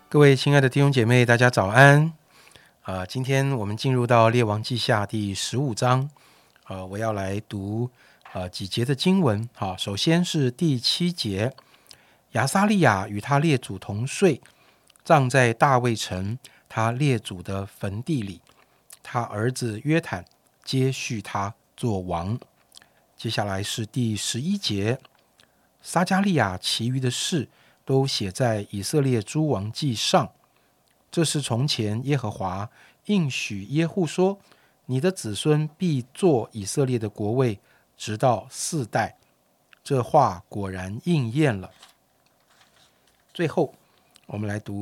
各位亲爱的弟兄姐妹，大家早安。今天我们进入到列王记下第15章。我要来读几节的经文。首先是第7节，亚撒利雅与他列祖同睡，葬在大卫城他列祖的坟地里。他儿子约坦接续他做王。接下来是第11节，撒迦利亚其余的事都写在以色列诸王记上。这是从前耶和华应许耶户说，你的子孙必做以色列的国位，直到4代。这话果然应验了。最后我们来读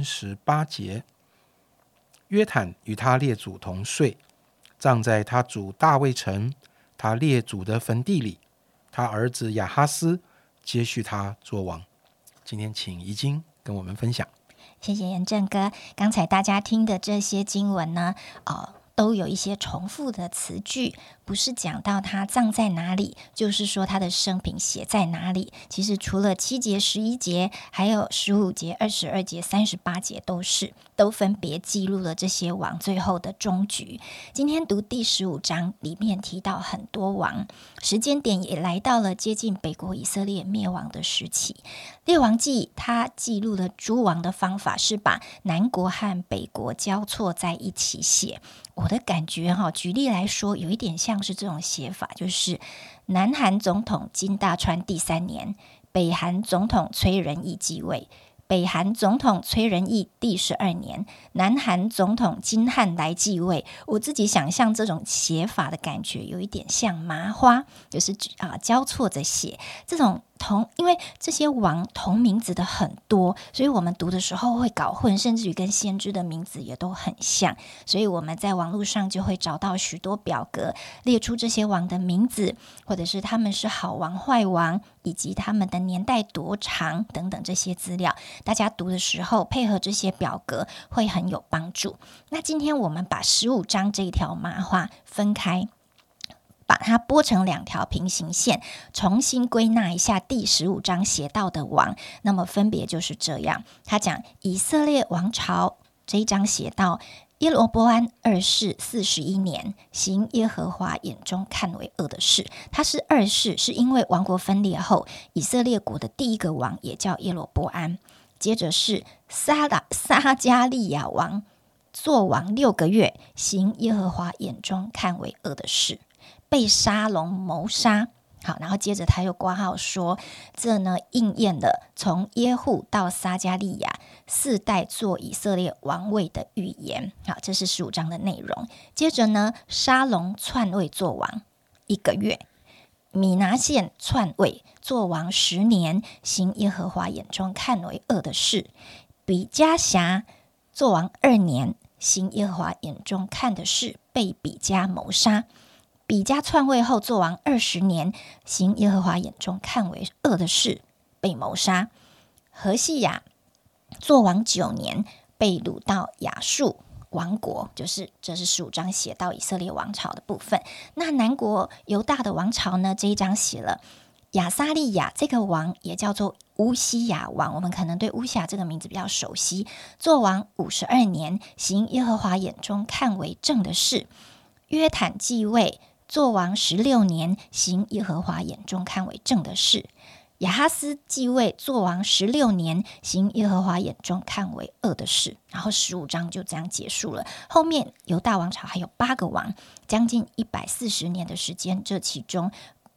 38节，约坦与他列祖同睡，葬在他主大卫城他列祖的坟地里。他儿子亚哈斯接续他做王。今天请怡经跟我们分享。 谢谢严正哥。刚才大家听的这些经文呢，都有一些重复的词句，不是讲到他葬在哪里，就是说他的生平写在哪里。其实除了7节、11节，还有15节、22节、38节都分别记录了这些王最后的终局。今天读第15章里面提到很多王，时间点也来到了接近北国以色列灭亡的时期。列王记它记录了诸王的方法是把南国和北国交错在一起写。我的感觉举例来说，有一点像是这种写法，就是南韩总统金大川第3年，北韩总统崔仁义继位。北韩总统崔仁义第12年，南韩总统金汉来继位。我自己想象这种写法的感觉有一点像麻花，就是交错着写。这种因为这些王同名字的很多，所以我们读的时候会搞混，甚至于跟先知的名字也都很像。所以我们在网络上就会找到许多表格，列出这些王的名字，或者是他们是好王坏王，以及他们的年代多长等等这些资料。大家读的时候配合这些表格会很有帮助。那今天我们把15章这一条麻花分开，把它拨成2条平行线，重新归纳一下第15章写到的王。那么分别就是这样，他讲以色列王朝这一章写到耶罗波安2世41年，行耶和华眼中看为恶的事。他是2世，是因为王国分裂后，以色列国的第一个王也叫耶罗波安。接着是撒迦利亚王，做王6个月，行耶和华眼中看为恶的事，被沙龙谋杀。好，然后接着他又括号说，这呢应验了从耶户到撒迦利亚4代做以色列王位的预言。好，这是15章的内容。接着呢，沙龙篡位做王1个月，米拿现篡位做王10年，行耶和华眼中看为恶的事。比加辖做王2年，行耶和华眼中看的事，被比加谋杀。比加篡位后做王20年，行耶和华眼中看为恶的事，被谋杀。何西雅做王9年，被掳到亚述王国，这是15章写到以色列王朝的部分。那南国犹大的王朝呢，这一章写了亚撒利雅这个王也叫做乌西雅王，我们可能对乌西雅这个名字比较熟悉。做王52年，行耶和华眼中看为正的事。约坦继位，做王16年，行耶和华眼中看为正的事。亚哈斯继位，做王16年，行耶和华眼中看为恶的事。然后15章就这样结束了。后面犹大王朝还有8个王，将近140年的时间，这其中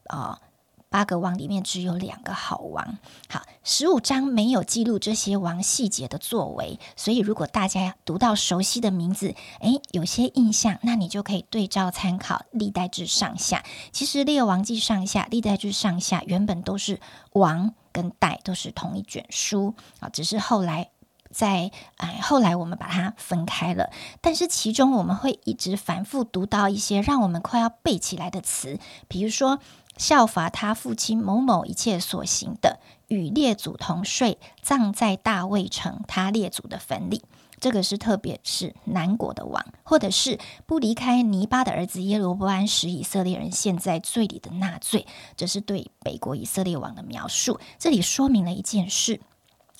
8个王里面只有2个好王。好，15章没有记录这些王细节的作为，所以如果大家读到熟悉的名字，有些印象，那你就可以对照参考历代志上下。其实列王记上下、历代志上下原本都是王跟代都是同一卷书啊，只是后来我们把它分开了，但是其中我们会一直反复读到一些让我们快要背起来的词，比如说效法他父亲某某一切所行的，与列祖同睡，葬在大卫城他列祖的坟里。这个是特别是南国的王，或者是不离开尼巴的儿子耶罗波安，使以色列人陷在罪里的纳罪，这是对北国以色列王的描述。这里说明了一件事，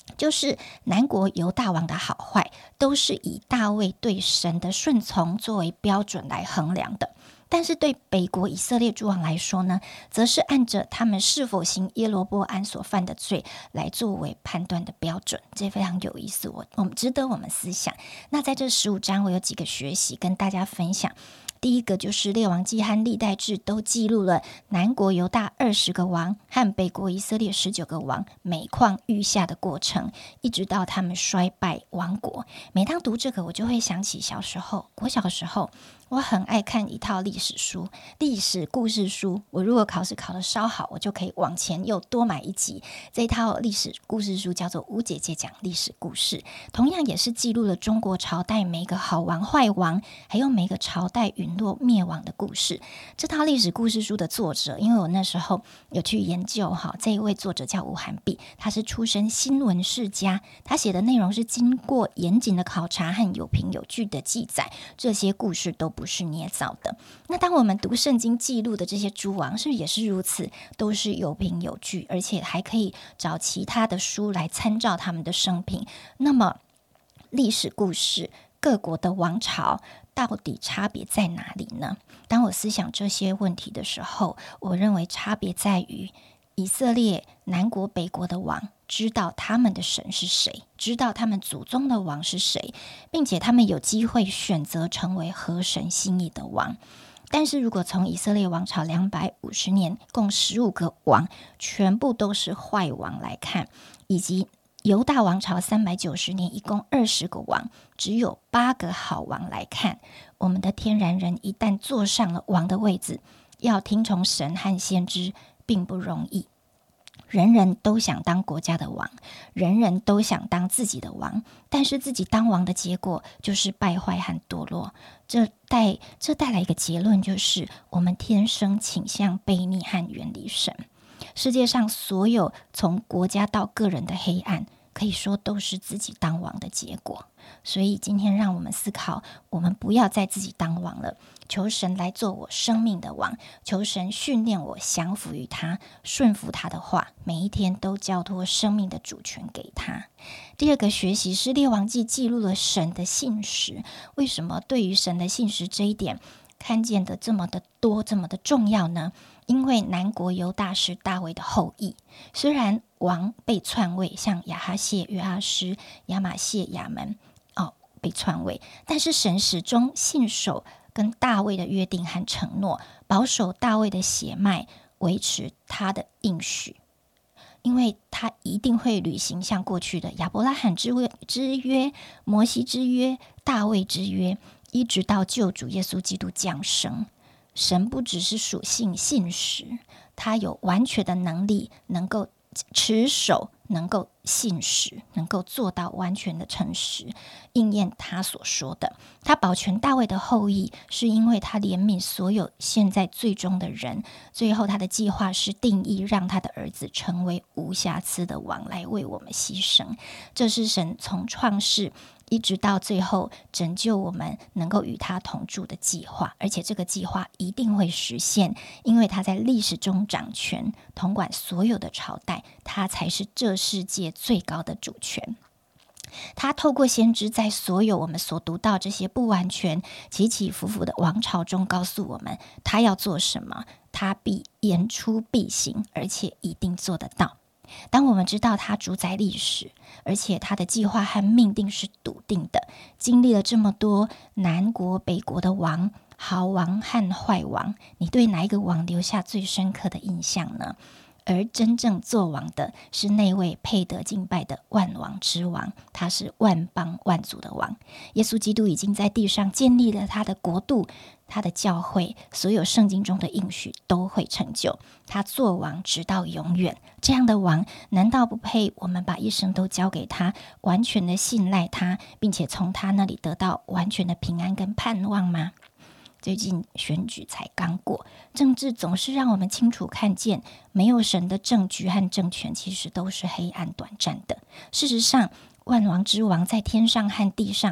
就是南国犹大王的好坏都是以大卫对神的顺从作为标准来衡量的，但是对北国以色列诸王来说呢，则是按着他们是否行耶罗波安所犯的罪来作为判断的标准。这非常有意思，我们值得我们思想。那在这15章我有几个学习跟大家分享。第一个就是列王记和历代志都记录了南国犹大20个王和北国以色列19个王每况愈下的过程，一直到他们衰败亡国。每当读这个，我就会想起我小时候我很爱看一套历史书，历史故事书。我如果考试考得稍好，我就可以往前又多买一集。这一套历史故事书叫做《吴姐姐讲历史故事》，同样也是记录了中国朝代每个好王坏王，还有每个朝代陨落灭亡的故事。这套历史故事书的作者，因为我那时候有去研究这一位作者叫吴涵碧，他是出身新闻世家，他写的内容是经过严谨的考察和有凭有据的记载，这些故事都不是捏造的。那当我们读圣经记录的这些诸王，是不是也是如此，都是有凭有据，而且还可以找其他的书来参照他们的生平？那么历史故事各国的王朝到底差别在哪里呢？当我思想这些问题的时候，我认为差别在于以色列南国北国的王知道他们的神是谁，知道他们祖宗的王是谁，并且他们有机会选择成为合神心意的王。但是如果从以色列王朝250年共15个王全部都是坏王来看，以及犹大王朝390年一共20个王只有8个好王来看，我们的天然人一旦坐上了王的位置，要听从神和先知并不容易。人人都想当国家的王，人人都想当自己的王，但是自己当王的结果就是败坏和堕落。这带来一个结论，就是我们天生倾向悖逆和远离神。世界上所有从国家到个人的黑暗，可以说都是自己当王的结果。所以今天让我们思考，我们不要再自己当王了，求神来做我生命的王，求神训练我降服于他，顺服他的话，每一天都交托生命的主权给他。第二个学习是列王记记录了神的信实。为什么对于神的信实这一点看见的这么的多，这么的重要呢？因为南国犹大是大卫的后裔，虽然王被篡位，像亚哈谢、约阿施、亚玛谢、亚门被篡位，但是神始终信守跟大卫的约定和承诺，保守大卫的血脉，维持他的应许，因为他一定会履行像过去的亚伯拉罕之约、摩西之约、大卫之约，一直到救主耶稣基督降生。神不只是属性信实，他有完全的能力，能够持守，能够信实，能够做到完全的诚实，应验他所说的。他保全大卫的后裔，是因为他怜悯所有现在最终的人。最后他的计划是定义让他的儿子成为无瑕疵的王，来为我们牺牲。这是神从创世一直到最后拯救我们能够与他同住的计划，而且这个计划一定会实现，因为他在历史中掌权，统管所有的朝代，他才是这世界最高的主权。他透过先知在所有我们所读到这些不完全起起伏伏的王朝中告诉我们他要做什么，他必言出必行，而且一定做得到。当我们知道他主宰历史，而且他的计划和命定是笃定的，经历了这么多南国北国的王，好王和坏王，你对哪一个王留下最深刻的印象呢？而真正做王的是那位配得敬拜的万王之王，他是万邦万族的王。耶稣基督已经在地上建立了他的国度，他的教会，所有圣经中的应许都会成就。他做王直到永远，这样的王难道不配我们把一生都交给他，完全的信赖他，并且从他那里得到完全的平安跟盼望吗？最近选举才刚过，政治总是让我们清楚看见，没有神的政局和政权其实都是黑暗短暂的。事实上，万王之王在天上和地上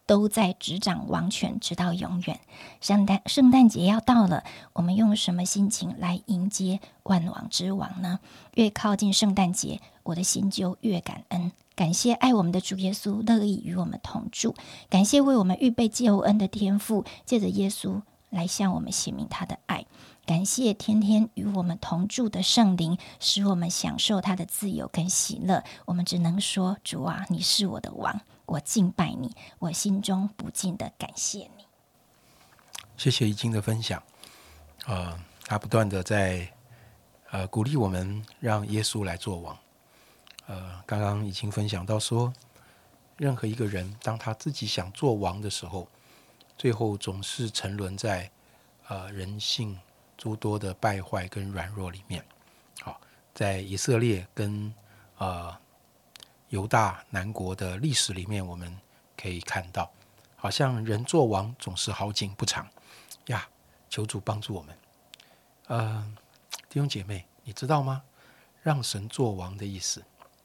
都在执掌王权，直到永远。圣诞节要到了，我们用什么心情来迎接万王之王呢？越靠近圣诞节，我的心就越感恩。感谢爱我们的主耶稣乐意与我们同住，感谢为我们预备救恩的天父，借着耶稣来向我们显明他的爱。感谢天天与我们同住的圣灵，使我们享受他的自由跟喜乐。我们只能说，主啊，你是我的王，我敬拜你，我心中不尽的感谢你。 谢谢怡经的分享，他不断的在鼓励我们让耶稣来做王。刚刚已经分享到说，任何一个人当他自己想做王的时候，最后总是沉沦在人性诸多的败坏跟软弱里面。好，在以色列跟犹大南国的历史里面，我们可以看到，好像人做王总是好景不长呀。求主帮助我们。弟兄姐妹，你知道吗？让神做王的意思，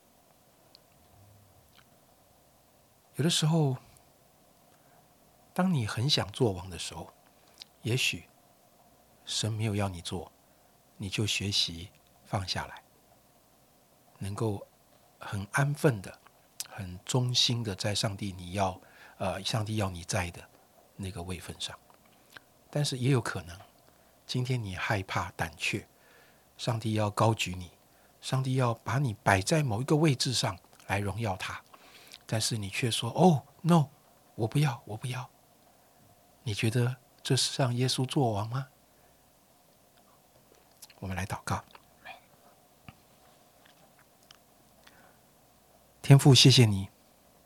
有的时候当你很想做王的时候，也许神没有要你做，你就学习放下来，能够很安分的、很忠心的在上帝要你在的那个位分上。但是也有可能，今天你害怕胆怯，上帝要高举你，上帝要把你摆在某一个位置上来荣耀他，但是你却说no， 我不要。你觉得这是让耶稣做王吗？我们来祷告。天父，谢谢你，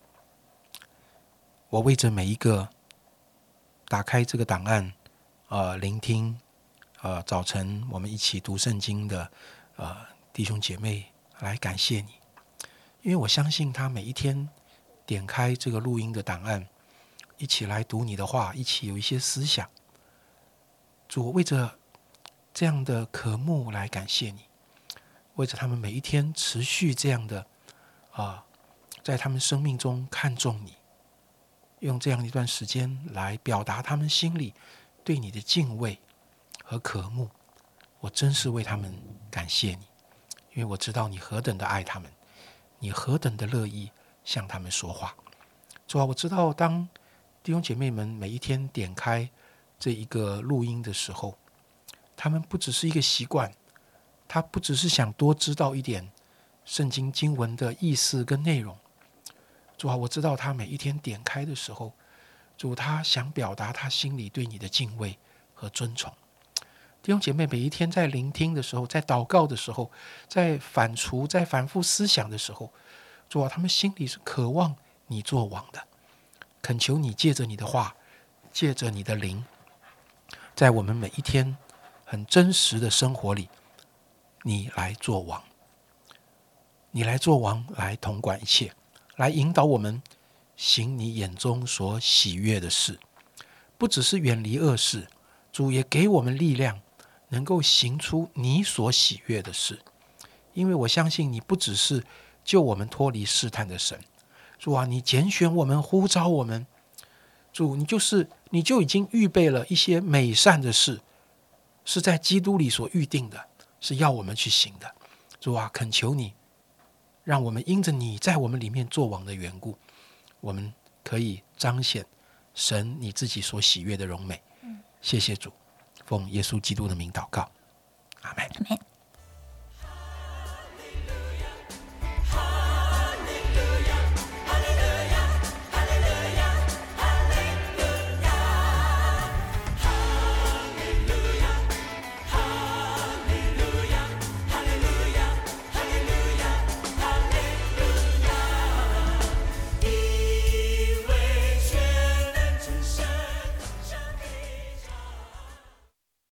我为着每一个打开这个档案聆听早晨我们一起读圣经的弟兄姐妹来感谢你，因为我相信他每一天点开这个录音的档案，一起来读你的话，一起有一些思想。主，我为着这样的渴慕来感谢你，为着他们每一天持续这样的在他们生命中看重你，用这样一段时间来表达他们心里对你的敬畏和渴慕。我真是为他们感谢你，因为我知道你何等的爱他们，你何等的乐意向他们说话。主啊，我知道当弟兄姐妹们每一天点开这一个录音的时候，他们不只是一个习惯，他不只是想多知道一点圣经经文的意思跟内容。主啊，我知道他每一天点开的时候，主，他想表达他心里对你的敬畏和尊崇。弟兄姐妹每一天在聆听的时候，在祷告的时候，在反刍、在反复思想的时候，主啊，他们心里是渴望你做王的。恳求你借着你的话，借着你的灵，在我们每一天很真实的生活里，你来做王，你来做王，来统管一切，来引导我们行你眼中所喜悦的事。不只是远离恶事，主也给我们力量，能够行出你所喜悦的事。因为我相信你不只是救我们脱离试探的神，主啊，你拣选我们，呼召我们，主，你就已经预备了一些美善的事，是在基督里所预定的，是要我们去行的。主啊，恳求你让我们因着你在我们里面作王的缘故，我们可以彰显神你自己所喜悦的荣美。谢谢主，奉耶稣基督的名祷告，阿们。